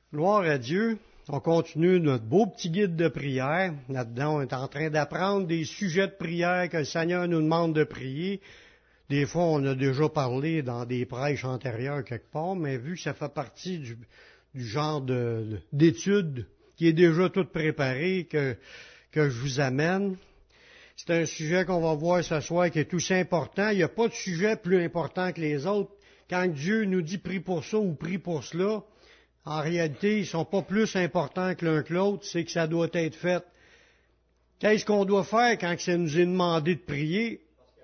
Gloire à Dieu. On continue notre beau petit guide de prière. Là-dedans, on est en train d'apprendre des sujets de prière que le Seigneur nous demande de prier. Des fois, on a déjà parlé dans des prêches antérieures quelque part, mais vu que ça fait partie du genre d'études qui est déjà toute préparée que je vous amène, c'est un sujet qu'on va voir ce soir qui est aussi important. Il n'y a pas de sujet plus important que les autres. Quand Dieu nous dit prie pour ça ou prie pour cela, en réalité, ils ne sont pas plus importants que l'un que l'autre, c'est que ça doit être fait. Qu'est-ce qu'on doit faire quand ça nous est demandé de prier?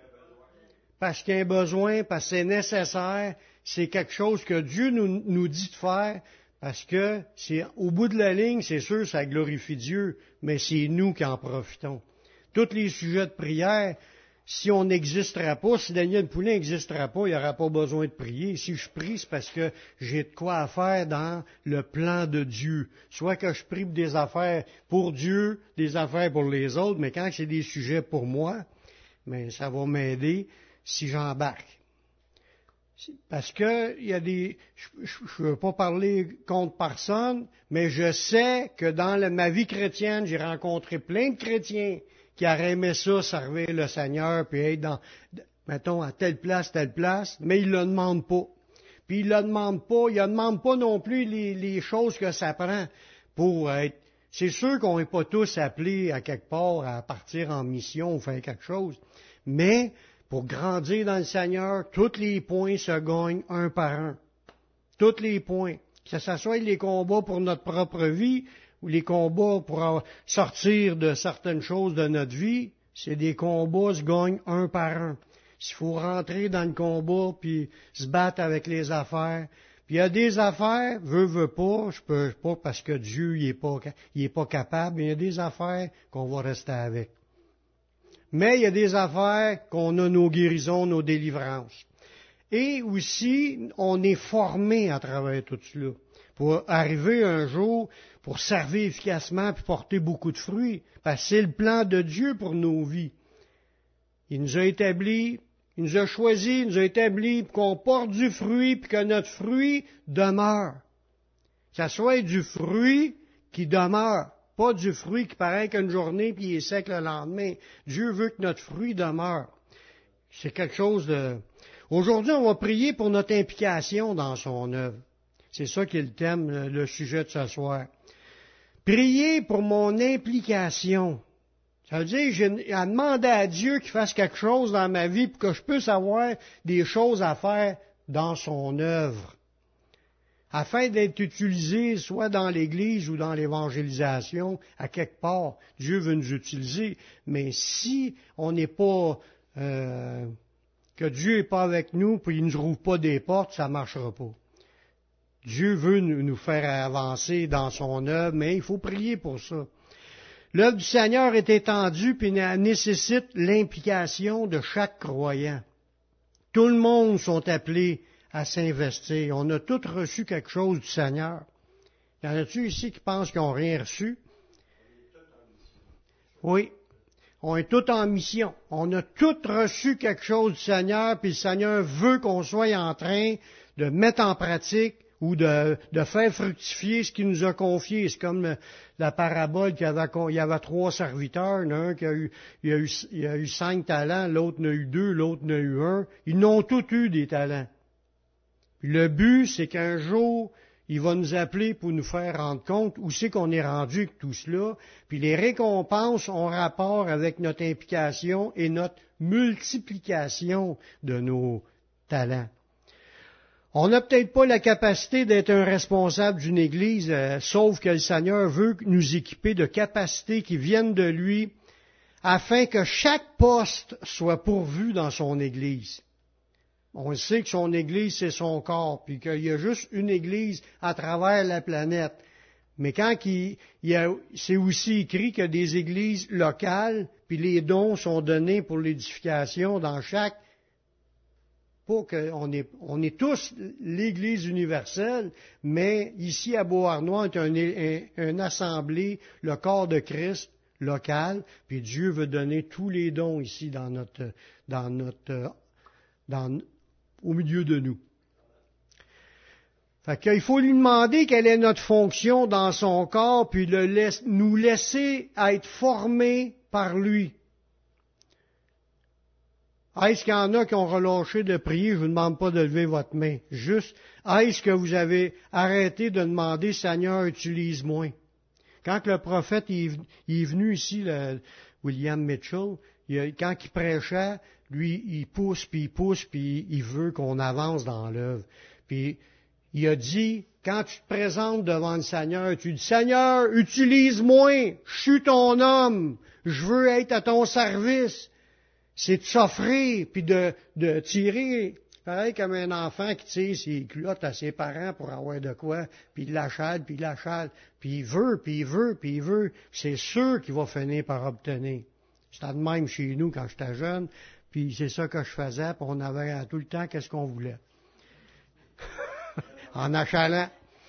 Parce qu'il y a un besoin, parce que c'est nécessaire, c'est quelque chose que Dieu nous dit de faire, parce que au bout de la ligne, c'est sûr, ça glorifie Dieu, mais c'est nous qui en profitons. Tous les sujets de prière, si on n'existerait pas, si Daniel Poulin n'existerait pas, il n'y aurait pas besoin de prier. Si je prie, c'est parce que j'ai de quoi faire dans le plan de Dieu. Soit que je prie des affaires pour Dieu, des affaires pour les autres, mais quand c'est des sujets pour moi, mais ça va m'aider si j'embarque. Parce que il y a je ne veux pas parler contre personne, mais je sais que dans ma vie chrétienne, j'ai rencontré plein de chrétiens qui auraient aimé ça, servir le Seigneur, puis être mettons, à telle place, mais ils ne le demandent pas. Puis ils ne le demandent pas non plus les choses que ça prend pour être. C'est sûr qu'on n'est pas tous appelés à quelque part à partir en mission ou faire quelque chose, mais pour grandir dans le Seigneur, tous les points se gagnent un par un. Tous les points. Que ce soit les combats pour notre propre vie ou les combats pour sortir de certaines choses de notre vie, c'est des combats se gagnent un par un. S'il faut rentrer dans le combat puis se battre avec les affaires, puis il y a des affaires, veux pas, je peux pas parce que Dieu il est pas capable, mais il y a des affaires qu'on va rester avec. Mais il y a des affaires qu'on a nos guérisons, nos délivrances. Et aussi, on est formé à travers tout cela pour arriver un jour, pour servir efficacement et porter beaucoup de fruits. Parce que c'est le plan de Dieu pour nos vies. Il nous a établis, il nous a choisis, il nous a établis pour qu'on porte du fruit puis que notre fruit demeure. Que ça soit du fruit qui demeure. Pas du fruit qui paraît qu'une journée puis il est sec le lendemain. Dieu veut que notre fruit demeure. C'est quelque chose de. Aujourd'hui, on va prier pour notre implication dans son œuvre. C'est ça qui est le thème, le sujet de ce soir. Prier pour mon implication. Ça veut dire, j'ai demandé à Dieu qu'il fasse quelque chose dans ma vie pour que je puisse avoir des choses à faire dans son œuvre. Afin d'être utilisé soit dans l'Église ou dans l'évangélisation, à quelque part, Dieu veut nous utiliser. Mais si on n'est pas, que Dieu n'est pas avec nous, puis il ne nous rouvre pas des portes, ça ne marchera pas. Dieu veut nous faire avancer dans son œuvre, mais il faut prier pour ça. L'œuvre du Seigneur est étendue, puis elle nécessite l'implication de chaque croyant. Tout le monde sont appelés à s'investir. On a tous reçu quelque chose du Seigneur. Y en a-tu ici qui pensent qu'ils n'ont rien reçu? Oui. On est tous en mission. On a tous reçu quelque chose du Seigneur, puis le Seigneur veut qu'on soit en train de mettre en pratique ou de faire fructifier ce qu'il nous a confié. C'est comme la parabole il y avait 3 serviteurs. Il y en a un qui a eu 5 talents, l'autre en a eu 2, l'autre en a eu 1. Ils n'ont tous eu des talents. Puis le but, c'est qu'un jour, il va nous appeler pour nous faire rendre compte où c'est qu'on est rendu avec tout cela. Puis les récompenses ont rapport avec notre implication et notre multiplication de nos talents. On n'a peut-être pas la capacité d'être un responsable d'une Église, sauf que le Seigneur veut nous équiper de capacités qui viennent de lui, afin que chaque poste soit pourvu dans son Église. On sait que son Église, c'est son corps, puis qu'il y a juste une Église à travers la planète. Mais quand c'est aussi écrit qu'il y a des églises locales, puis les dons sont donnés pour l'édification dans chaque. Pas qu'on est tous l'Église universelle, mais ici à Beauharnois, on est une assemblée, le corps de Christ local, puis Dieu veut donner tous les dons ici au milieu de nous. Fait qu'il faut lui demander quelle est notre fonction dans son corps, puis nous laisser être formés par lui. Est-ce qu'il y en a qui ont relâché de prier? Je ne vous demande pas de lever votre main. Juste, est-ce que vous avez arrêté de demander, Seigneur, utilise-moi? Quand le prophète il est venu ici, William Mitchell, quand il prêchait, lui, il pousse, puis il veut qu'on avance dans l'œuvre. Puis il a dit, quand tu te présentes devant le Seigneur, tu dis, Seigneur, utilise-moi, je suis ton homme, je veux être à ton service. C'est de s'offrir, puis de tirer, pareil comme un enfant qui tire ses culottes à ses parents pour avoir de quoi, puis il l'achale, puis il veut, puis il veut, puis il veut. C'est sûr qu'il va finir par obtenir. C'était de même chez nous quand j'étais jeune, puis c'est ça que je faisais, puis on avait tout le temps qu'est-ce qu'on voulait. En achalant.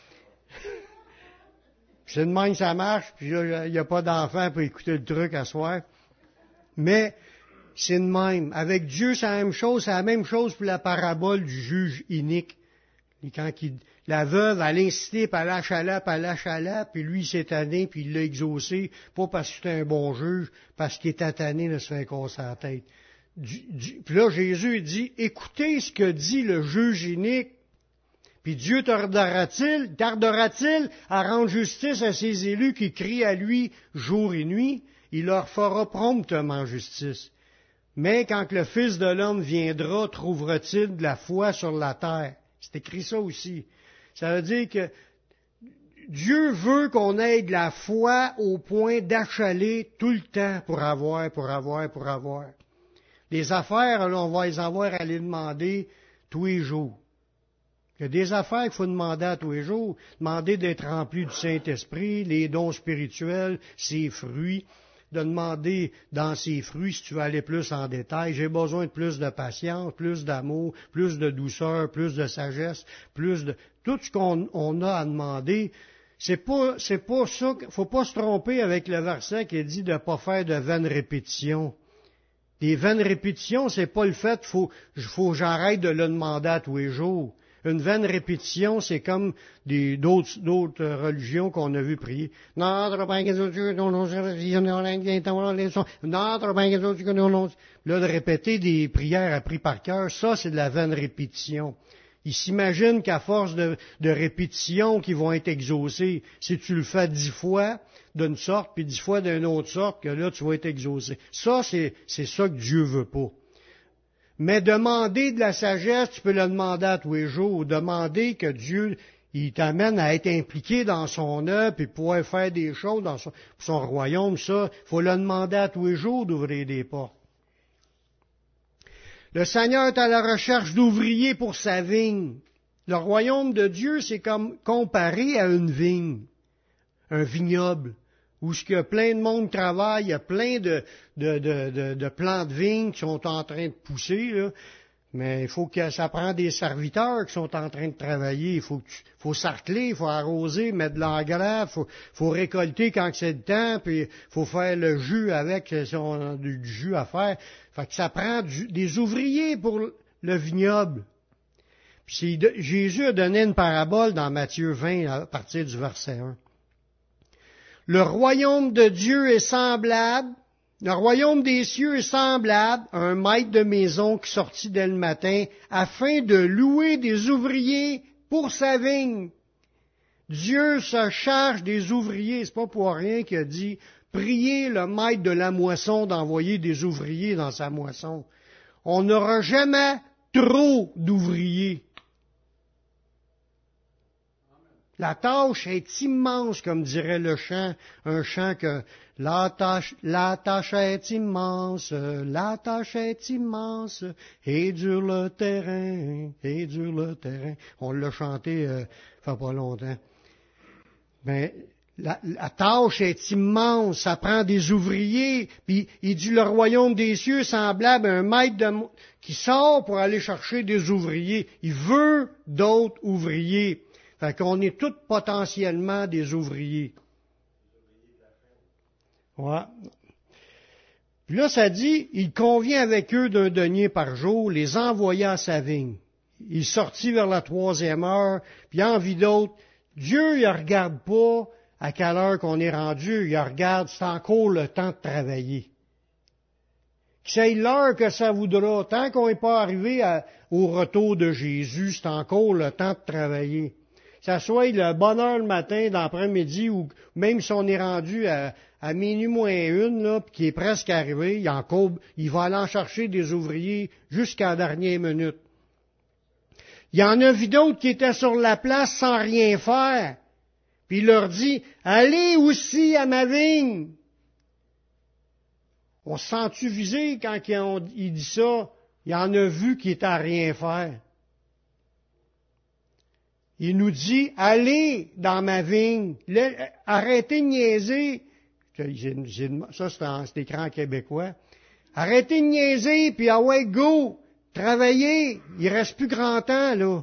C'est de même que ça marche, puis il n'y a pas d'enfant pour écouter le truc à soir. Mais c'est de même. Avec Dieu, c'est la même chose. C'est la même chose pour la parabole du juge inique. Et quand la veuve, elle incité, puis elle achala, puis lui, il s'est tanné, puis il l'a exaucé, pas parce que c'était un bon juge, parce qu'il était tanné de se faire casser la tête. Puis là, Jésus dit, écoutez ce que dit le juge inique. Puis Dieu tardera-t-il à rendre justice à ses élus qui crient à lui jour et nuit? Il leur fera promptement justice. Mais quand le Fils de l'homme viendra, trouvera-t-il de la foi sur la terre? C'est écrit ça aussi. Ça veut dire que Dieu veut qu'on ait de la foi au point d'achaler tout le temps pour avoir. Les affaires, là, on va les avoir à les demander tous les jours. Il y a des affaires qu'il faut demander à tous les jours. Demander d'être rempli du Saint-Esprit, les dons spirituels, ses fruits. De demander dans ses fruits, si tu veux aller plus en détail, j'ai besoin de plus de patience, plus d'amour, plus de douceur, plus de sagesse, tout ce qu'on a à demander. C'est pas ça, faut pas se tromper avec le verset qui dit de ne pas faire de vaines répétitions. Les vaines répétitions, c'est pas le fait, faut que j'arrête de le demander à tous les jours. Une vaine répétition, c'est comme d'autres religions qu'on a vu prier. Notre Père qui es aux cieux, ton nom soit sanctifié, notre Père qui es aux cieux, ton nom. Là, de répéter des prières apprises par cœur, ça, c'est de la vaine répétition. Ils s'imaginent qu'à force de répétitions qui vont être exaucées, si tu le fais 10 fois d'une sorte, puis 10 fois d'une autre sorte, que là, tu vas être exaucé. Ça, c'est ça que Dieu veut pas. Mais demander de la sagesse, tu peux le demander à tous les jours. Demander que Dieu, il t'amène à être impliqué dans son œuvre et pouvoir faire des choses dans son royaume, ça, il faut le demander à tous les jours d'ouvrir des portes. Le Seigneur est à la recherche d'ouvriers pour sa vigne. Le royaume de Dieu, c'est comme comparé à une vigne, un vignoble, où il y a plein de monde qui travaille, il y a plein de plants de vigne qui sont en train de pousser, là. Mais il faut que ça prend des serviteurs qui sont en train de travailler. Il faut sarcler, il faut arroser, mettre de l'engrais, il faut récolter quand c'est le temps, puis il faut faire le jus avec, si on a du jus à faire. Fait que ça prend des ouvriers pour le vignoble. Puis Jésus a donné une parabole dans Matthieu 20 à partir du verset 1. Le royaume de Dieu est semblable, le royaume des cieux est semblable à un maître de maison qui sortit dès le matin afin de louer des ouvriers pour sa vigne. Dieu se charge des ouvriers, c'est pas pour rien qu'il a dit priez le maître de la moisson d'envoyer des ouvriers dans sa moisson. On n'aura jamais trop d'ouvriers. La tâche est immense, comme dirait le chant, un chant que la tâche est immense, et dur le terrain. On l'a chanté, fait pas longtemps. Ben, la tâche est immense, ça prend des ouvriers, puis il dit le royaume des cieux semblable à un maître qui sort pour aller chercher des ouvriers. Il veut d'autres ouvriers. Fait qu'on est tous potentiellement des ouvriers. Ouais. Puis là, ça dit, il convient avec eux d'un denier par jour, les envoyer à sa vigne. il sortit vers la 3e heure, puis en vit d'autres. Dieu, il ne regarde pas à quelle heure qu'on est rendu, il regarde, c'est encore le temps de travailler. Que c'est l'heure que ça voudra. Tant qu'on n'est pas arrivé au retour de Jésus, c'est encore le temps de travailler. Que ça soit le bonne heure le matin, d'après-midi, ou même si on est rendu à minuit moins une, là, puis qu'il est presque arrivé, il va aller en chercher des ouvriers jusqu'à la dernière minute. Il y en a vu d'autres qui étaient sur la place sans rien faire. Puis il leur dit, allez aussi à ma vigne. On se sent-tu visé quand il dit ça? Il y en a vu qui étaient à rien faire. Il nous dit, allez dans ma vigne. Arrêtez de niaiser. Ça, c'est écran québécois. Arrêtez de niaiser, puis ah ouais, go! Travaillez! Il reste plus grand temps, là.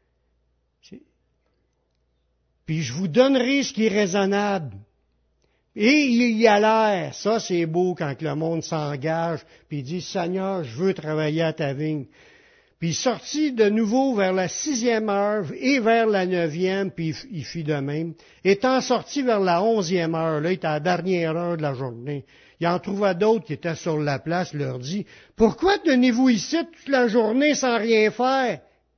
Puis je vous donnerai ce qui est raisonnable. Et il y a l'air. Ça, c'est beau quand le monde s'engage, puis il dit, Seigneur, je veux travailler à ta vigne. Puis il sortit de nouveau vers la 6e heure et vers la 9e, puis il fit de même. Étant sorti vers la 11e heure, là, il était à la dernière heure de la journée. Il en trouva d'autres qui étaient sur la place, leur dit, pourquoi tenez-vous ici toute la journée sans rien faire?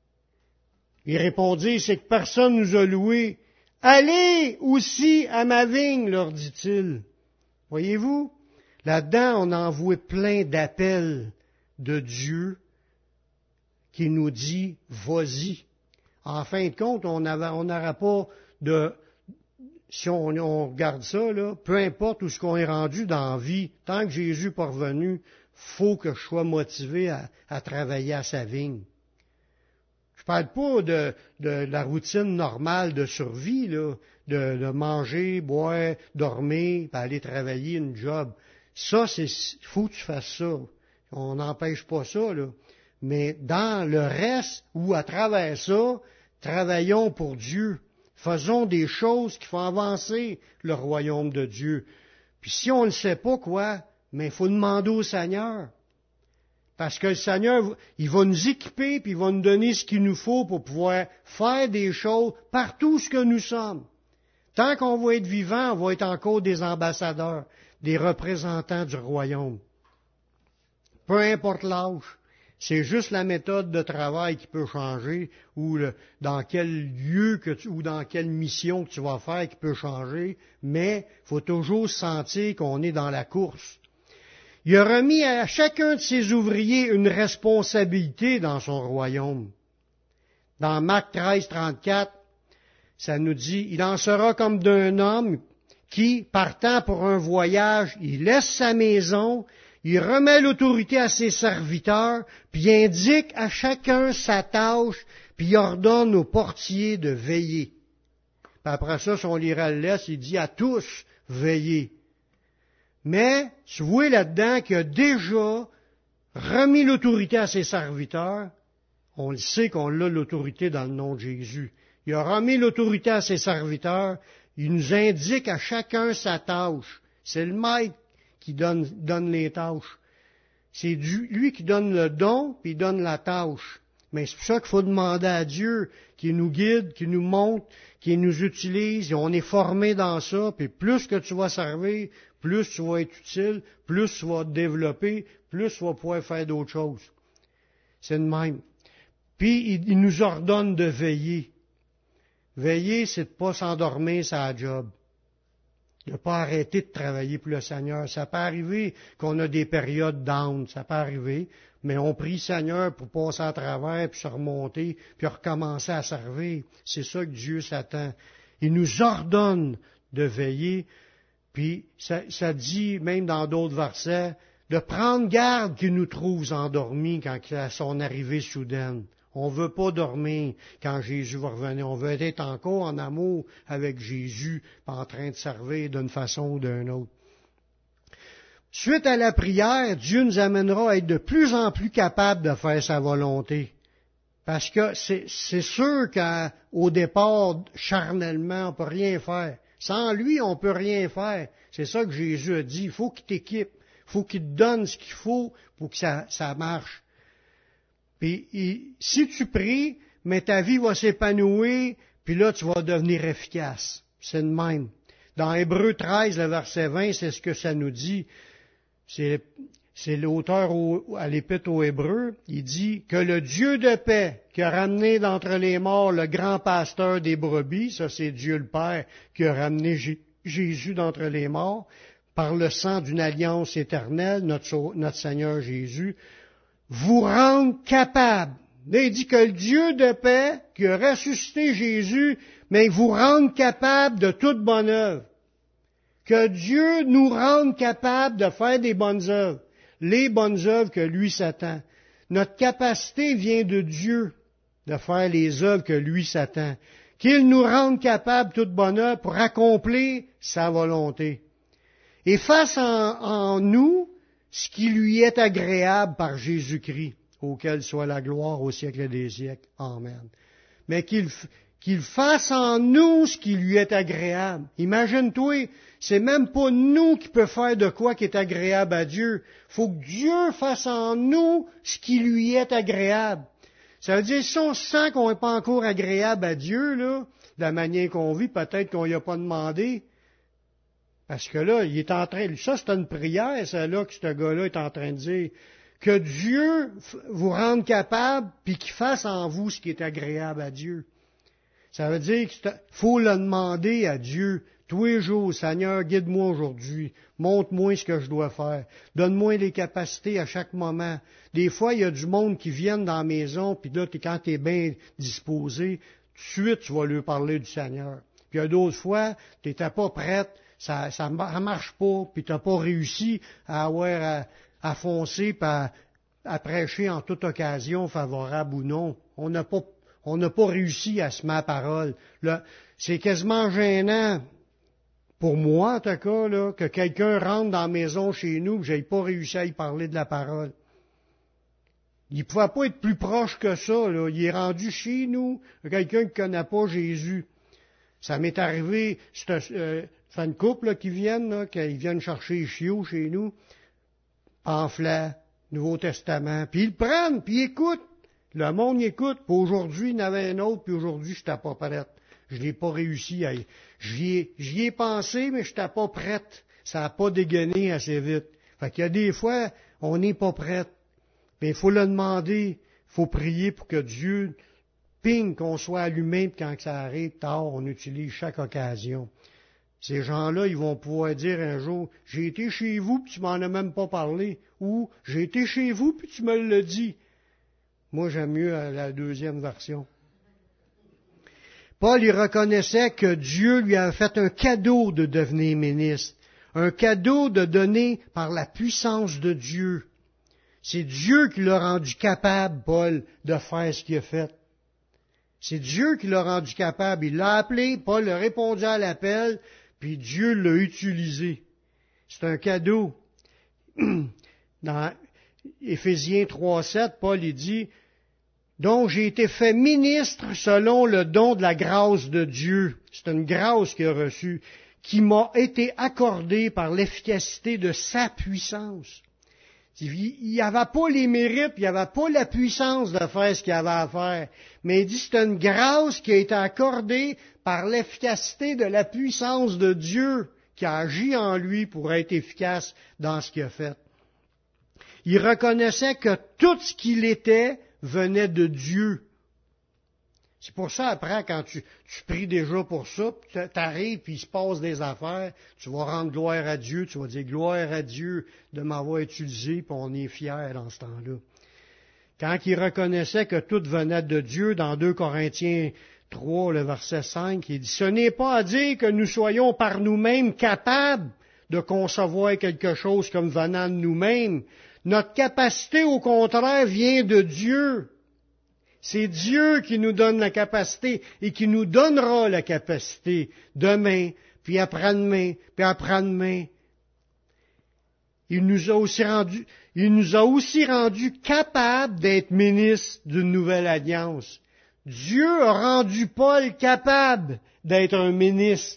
Il répondit, c'est que personne nous a loués. Allez aussi à ma vigne, leur dit-il. Voyez-vous, là-dedans, on en voit plein d'appels de Dieu qui nous dit, vas-y. En fin de compte, on n'aura pas de, si on regarde ça, là, peu importe où ce qu'on est rendu dans la vie, tant que Jésus n'est pas revenu, faut que je sois motivé à travailler à sa vigne. Je parle pas de la routine normale de survie, là, de manger, boire, dormir, puis aller travailler une job. Ça, faut que tu fasses ça. On n'empêche pas ça, là. Mais dans le reste, ou à travers ça, travaillons pour Dieu. Faisons des choses qui font avancer le royaume de Dieu. Puis si on ne sait pas quoi, mais il faut demander au Seigneur. Parce que le Seigneur, il va nous équiper, puis il va nous donner ce qu'il nous faut pour pouvoir faire des choses partout ce que nous sommes. Tant qu'on va être vivant, on va être encore des ambassadeurs, des représentants du royaume. Peu importe l'âge. C'est juste la méthode de travail qui peut changer, ou dans quel lieu ou dans quelle mission que tu vas faire qui peut changer, mais il faut toujours sentir qu'on est dans la course. Il a remis à chacun de ses ouvriers une responsabilité dans son royaume. Dans Marc 13, 34, ça nous dit, il en sera comme d'un homme qui, partant pour un voyage, il laisse sa maison, il remet l'autorité à ses serviteurs, puis il indique à chacun sa tâche, puis il ordonne aux portiers de veiller. Puis après ça, si on lira le laisse, il dit à tous, veillez. Mais, tu vois là-dedans qu'il a déjà remis l'autorité à ses serviteurs. On le sait qu'on a l'autorité dans le nom de Jésus. Il a remis l'autorité à ses serviteurs. Il nous indique à chacun sa tâche. C'est le maître qui donne les tâches. C'est lui qui donne le don, puis il donne la tâche. Mais c'est pour ça qu'il faut demander à Dieu qu'il nous guide, qu'il nous montre, qu'il nous utilise. Et on est formé dans ça, puis plus que tu vas servir, plus tu vas être utile, plus tu vas te développer, plus tu vas pouvoir faire d'autres choses. C'est de même. Puis il nous ordonne de veiller. Veiller, c'est de ne pas s'endormir sur la job. De ne pas arrêter de travailler pour le Seigneur. Ça peut arriver qu'on a des périodes down, ça peut arriver, mais on prie le Seigneur pour passer à travers, puis se remonter, puis recommencer à servir. C'est ça que Dieu s'attend. Il nous ordonne de veiller, puis ça dit, même dans d'autres versets, de prendre garde qu'il nous trouve endormis quand il a son arrivée soudaine. On ne veut pas dormir quand Jésus va revenir. On veut être encore en amour avec Jésus, en train de servir d'une façon ou d'une autre. Suite à la prière, Dieu nous amènera à être de plus en plus capables de faire sa volonté. Parce que c'est sûr qu'au départ, charnellement, on ne peut rien faire. Sans lui, on ne peut rien faire. C'est ça que Jésus a dit. Il faut qu'il t'équipe. Il faut qu'il te donne ce qu'il faut pour que ça marche. Puis si tu pries, mais ta vie va s'épanouir, puis là, tu vas devenir efficace. C'est de même. Dans Hébreux 13, le verset 20, c'est ce que ça nous dit. C'est l'auteur à l'Épître aux Hébreux. Il dit que le Dieu de paix qui a ramené d'entre les morts le grand pasteur des brebis, ça c'est Dieu le Père qui a ramené Jésus d'entre les morts, par le sang d'une alliance éternelle, notre Seigneur Jésus, vous rende capable. Il dit que le Dieu de paix qui a ressuscité Jésus, mais vous rende capable de toute bonne œuvre. Que Dieu nous rende capable de faire des bonnes œuvres, les bonnes œuvres que lui s'attend. Notre capacité vient de Dieu de faire les œuvres que lui s'attend. Qu'il nous rende capable de toute bonne œuvre pour accomplir sa volonté. Et fasse en nous ce qui lui est agréable par Jésus-Christ, auquel soit la gloire au siècle des siècles. Amen. Mais qu'il fasse en nous ce qui lui est agréable. Imagine-toi, c'est même pas nous qui peut faire de quoi qui est agréable à Dieu. Faut que Dieu fasse en nous ce qui lui est agréable. Ça veut dire, si on sent qu'on n'est pas encore agréable à Dieu, là, de la manière qu'on vit, peut-être qu'on n'y a pas demandé. Parce que là, il est en train, ça c'est une prière, ça là, que ce gars-là est en train de dire, que Dieu vous rende capable, puis qu'il fasse en vous ce qui est agréable à Dieu. Ça veut dire qu'il faut le demander à Dieu, tous les jours, Seigneur, guide-moi aujourd'hui, montre-moi ce que je dois faire, donne-moi les capacités à chaque moment. Des fois, il y a du monde qui vient dans la maison, puis là, quand tu es bien disposé, tout de suite, tu vas lui parler du Seigneur. Puis il y a d'autres fois, tu n'étais pas prête, ça marche pas, puis tu n'as pas réussi à foncer, puis à prêcher en toute occasion, favorable ou non. On n'a pas réussi à se mettre à parole. Là, c'est quasiment gênant, pour moi en tout cas, là, que quelqu'un rentre dans la maison chez nous et que je n'ai pas réussi à y parler de la parole. Il ne pouvait pas être plus proche que ça. Là. Il est rendu chez nous, quelqu'un qui ne connaît pas Jésus. Ça m'est arrivé, c'est une couple là, qui viennent chercher les chiots chez nous, pamphlet, Nouveau Testament, puis ils le prennent, puis ils écoutent. Le monde y écoute, puis aujourd'hui, il y en avait un autre, puis aujourd'hui, je n'étais pas prête. Je n'ai pas réussi à... J'y ai pensé, mais je n'étais pas prête. Ça n'a pas dégainé assez vite. Fait qu'il y a des fois, on n'est pas prête. Mais il faut le demander, il faut prier pour que Dieu ping, qu'on soit allumé, puis quand ça arrive tard, on utilise chaque occasion. Ces gens-là, ils vont pouvoir dire un jour, j'ai été chez vous, puis tu m'en as même pas parlé. Ou, j'ai été chez vous, puis tu me l'as dit. Moi, j'aime mieux la deuxième version. Paul, il reconnaissait que Dieu lui avait fait un cadeau de devenir ministre. Un cadeau de donner par la puissance de Dieu. C'est Dieu qui l'a rendu capable, Paul, de faire ce qu'il a fait. C'est Dieu qui l'a rendu capable. Il l'a appelé, Paul a répondu à l'appel, puis Dieu l'a utilisé. C'est un cadeau. Dans Éphésiens 3:7, Paul il dit, « Donc j'ai été fait ministre selon le don de la grâce de Dieu. » C'est une grâce qu'il a reçue, qui m'a été accordée par l'efficacité de sa puissance. Il n'y avait pas les mérites, il n'y avait pas la puissance de faire ce qu'il avait à faire. Mais il dit c'est une grâce qui a été accordée par l'efficacité de la puissance de Dieu qui a agi en lui pour être efficace dans ce qu'il a fait. Il reconnaissait que tout ce qu'il était venait de Dieu. C'est pour ça, après, quand tu pries déjà pour ça, tu arrives, puis il se passe des affaires, tu vas rendre gloire à Dieu, tu vas dire gloire à Dieu de m'avoir utilisé, puis on est fiers dans ce temps-là. Quand il reconnaissait que tout venait de Dieu, dans 2 Corinthiens 3, le verset 5, il dit, « Ce n'est pas à dire que nous soyons par nous-mêmes capables de concevoir quelque chose comme venant de nous-mêmes. Notre capacité, au contraire, vient de Dieu. » C'est Dieu qui nous donne la capacité et qui nous donnera la capacité demain, puis après-demain, puis après-demain. Il nous a aussi rendu capables d'être ministres d'une nouvelle alliance. Dieu a rendu Paul capable d'être un ministre.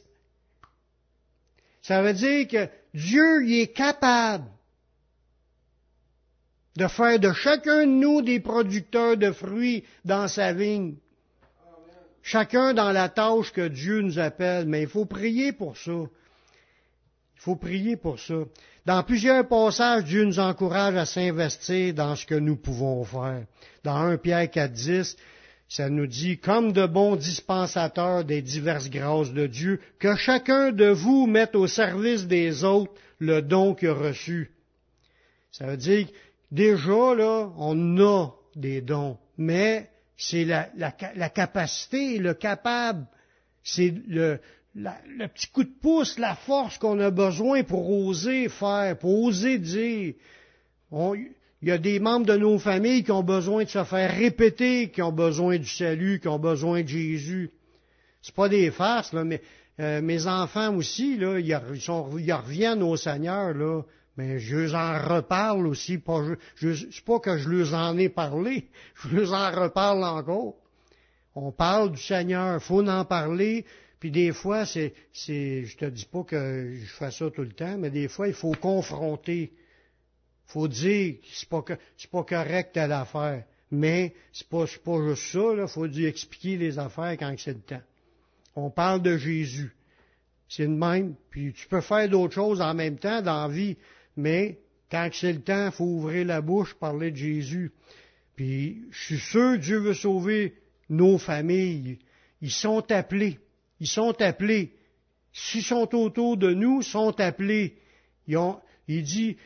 Ça veut dire que Dieu y est capable de faire de chacun de nous des producteurs de fruits dans sa vigne. Chacun dans la tâche que Dieu nous appelle, mais il faut prier pour ça. Il faut prier pour ça. Dans plusieurs passages, Dieu nous encourage à s'investir dans ce que nous pouvons faire. Dans 1 Pierre 4,10, ça nous dit, comme de bons dispensateurs des diverses grâces de Dieu, que chacun de vous mette au service des autres le don qu'il a reçu. Ça veut dire, déjà, là, on a des dons, mais c'est la capacité, le capable, c'est le petit coup de pouce, la force qu'on a besoin pour oser faire, pour oser dire. Il y a des membres de nos familles qui ont besoin de se faire répéter, qui ont besoin du salut, qui ont besoin de Jésus. C'est pas des farces, là, mais mes enfants aussi, là, ils reviennent au Seigneur, là, mais je les en reparle aussi. C'est pas que je leur en ai parlé, je leur en reparle encore. On parle du Seigneur, il faut en parler. Puis des fois, je te dis pas que je fais ça tout le temps, mais des fois, il faut confronter. Il faut dire que c'est pas correct telle affaire. Mais c'est pas juste ça, là. Il faut dire expliquer les affaires quand c'est le temps. On parle de Jésus. C'est le même. Puis tu peux faire d'autres choses en même temps dans la vie, mais quand c'est le temps, il faut ouvrir la bouche, parler de Jésus. Puis je suis sûr Dieu veut sauver nos familles. Ils sont appelés. Ils sont appelés. S'ils sont autour de nous, ils sont appelés. Quand il dit,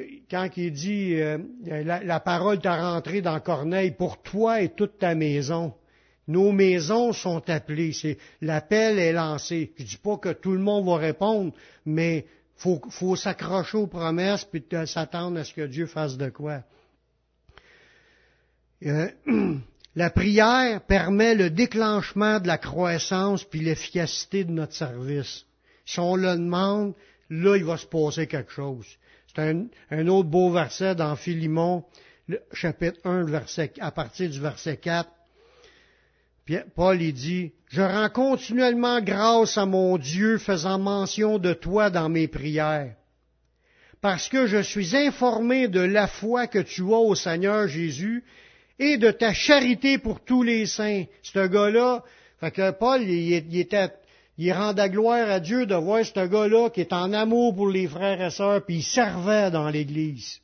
la parole t'a rentré dans Corneille pour toi et toute ta maison. Nos maisons sont appelées. L'appel est lancé. Je dis pas que tout le monde va répondre, mais faut s'accrocher aux promesses puis s'attendre à ce que Dieu fasse de quoi. La prière permet le déclenchement de la croissance puis l'efficacité de notre service. Si on le demande, là, il va se passer quelque chose. C'est un autre beau verset dans Philémon, chapitre 1, à partir du verset 4. Puis Paul, il dit, « Je rends continuellement grâce à mon Dieu, faisant mention de toi dans mes prières, parce que je suis informé de la foi que tu as au Seigneur Jésus, et de ta charité pour tous les saints. » Ce gars-là, fait que Paul, il rendait gloire à Dieu de voir ce gars-là qui est en amour pour les frères et sœurs, puis il servait dans l'Église.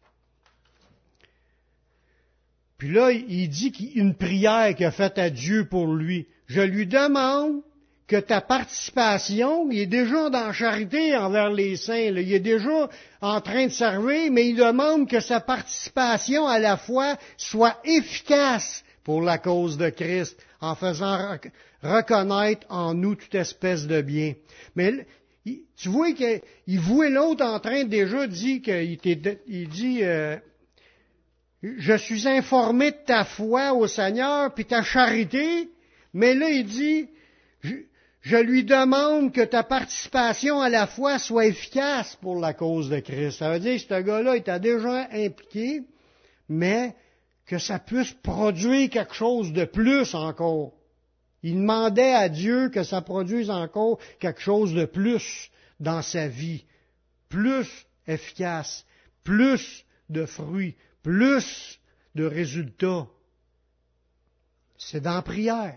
Puis là, il dit une prière qu'il a faite à Dieu pour lui. Je lui demande que ta participation, il est déjà dans la charité envers les saints, là, il est déjà en train de servir, mais il demande que sa participation à la foi soit efficace pour la cause de Christ, en faisant reconnaître en nous toute espèce de bien. Mais tu vois qu'il voit l'autre en train de déjà dire il dit je suis informé de ta foi au Seigneur puis ta charité, mais là il dit je lui demande que ta participation à la foi soit efficace pour la cause de Christ. Ça veut dire que ce gars-là était déjà impliqué, mais que ça puisse produire quelque chose de plus encore. Il demandait à Dieu que ça produise encore quelque chose de plus dans sa vie, plus efficace, plus de fruits, plus de résultats. C'est dans la prière.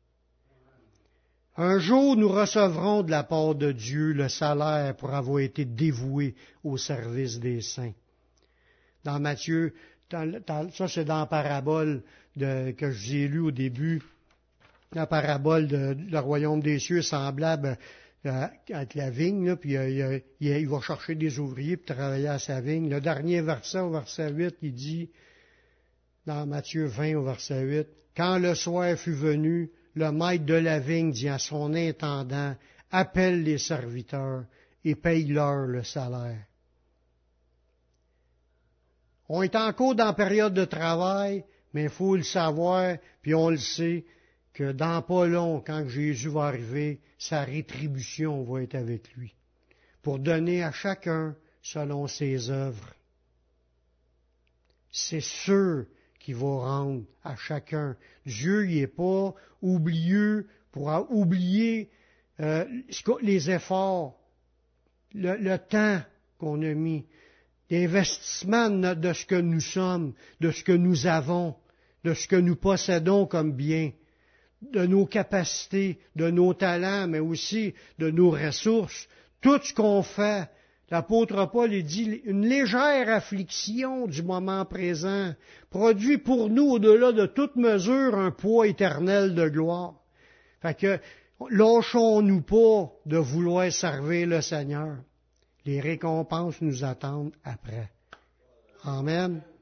Un jour, nous recevrons de la part de Dieu le salaire pour avoir été dévoués au service des saints. Dans Matthieu, ça c'est dans la parabole que je vous ai lue au début, la parabole du royaume des cieux semblable avec la vigne, là, puis il va chercher des ouvriers pour travailler à sa vigne. Le dernier verset, au verset 8, il dit, dans Matthieu 20, au verset 8, « Quand le soir fut venu, le maître de la vigne dit à son intendant, « Appelle les serviteurs et paye-leur le salaire. » On est encore dans la période de travail, mais il faut le savoir, puis on le sait, que dans pas long, quand Jésus va arriver, sa rétribution va être avec lui, pour donner à chacun selon ses œuvres. C'est sûr qu'il va rendre à chacun. Dieu, il n'est pas oublieux pour oublier les efforts, le temps qu'on a mis. d'investissement de ce que nous sommes, de ce que nous avons, de ce que nous possédons comme bien, de nos capacités, de nos talents, mais aussi de nos ressources. Tout ce qu'on fait, l'apôtre Paul il dit, une légère affliction du moment présent produit pour nous, au-delà de toute mesure, un poids éternel de gloire. Fait que, lâchons-nous pas de vouloir servir le Seigneur. Les récompenses nous attendent après. Amen.